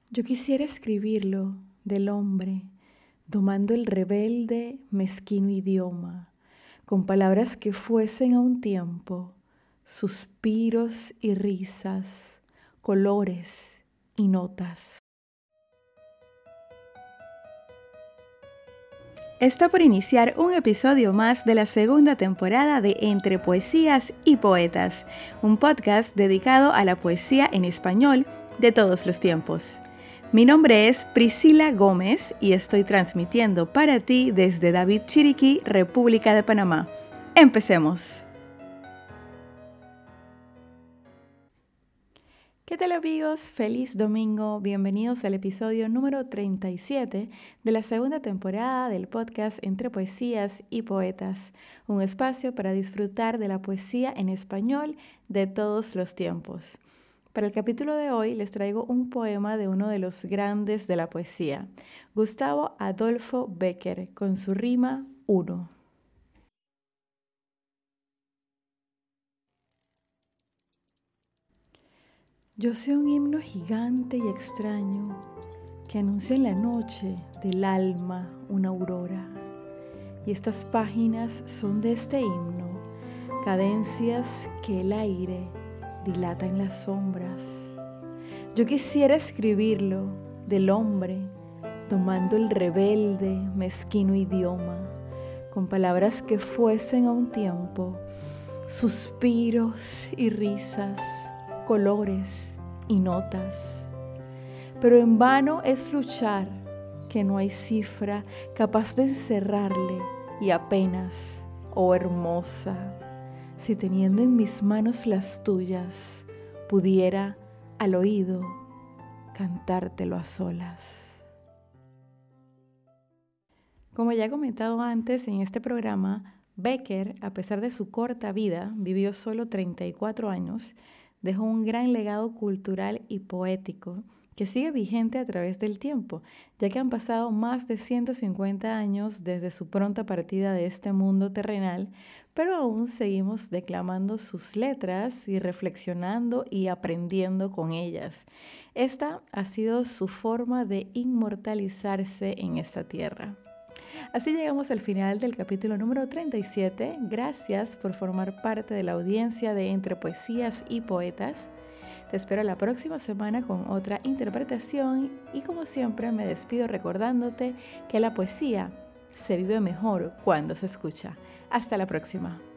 Yo quisiera escribirlo del hombre, domando el rebelde, mezquino idioma, con palabras que fuesen a un tiempo, suspiros y risas, colores y notas. Está por iniciar un episodio más de la segunda temporada de Entre Poesías y Poetas, un podcast dedicado a la poesía en español de todos los tiempos. Mi nombre es Priscila Gómez y estoy transmitiendo para ti desde David Chiriquí, República de Panamá. ¡Empecemos! ¿Qué tal amigos? Feliz domingo. Bienvenidos al episodio número 37 de la segunda temporada del podcast Entre Poesías y Poetas, un espacio para disfrutar de la poesía en español de todos los tiempos. Para el capítulo de hoy les traigo un poema de uno de los grandes de la poesía, Gustavo Adolfo Bécquer, con su rima 1. Yo sé un himno gigante y extraño que anuncia en la noche del alma una aurora. Y estas páginas son de este himno, cadencias que el aire dilata en las sombras. Yo quisiera escribirlo del hombre, tomando el rebelde, mezquino idioma, con palabras que fuesen a un tiempo, suspiros y risas, colores y notas. Pero en vano es luchar, que no hay cifra capaz de encerrarle, y apenas, oh hermosa, si teniendo en mis manos las tuyas, pudiera al oído cantártelo a solas. Como ya he comentado antes en este programa, Bécquer, a pesar de su corta vida, vivió solo 34 años, dejó un gran legado cultural y poético que sigue vigente a través del tiempo, ya que han pasado más de 150 años desde su pronta partida de este mundo terrenal, pero aún seguimos declamando sus letras y reflexionando y aprendiendo con ellas. Esta ha sido su forma de inmortalizarse en esta tierra. Así llegamos al final del capítulo número 37. Gracias por formar parte de la audiencia de Entre Poesías y Poetas. Te espero la próxima semana con otra interpretación y como siempre me despido recordándote que la poesía se vive mejor cuando se escucha. Hasta la próxima.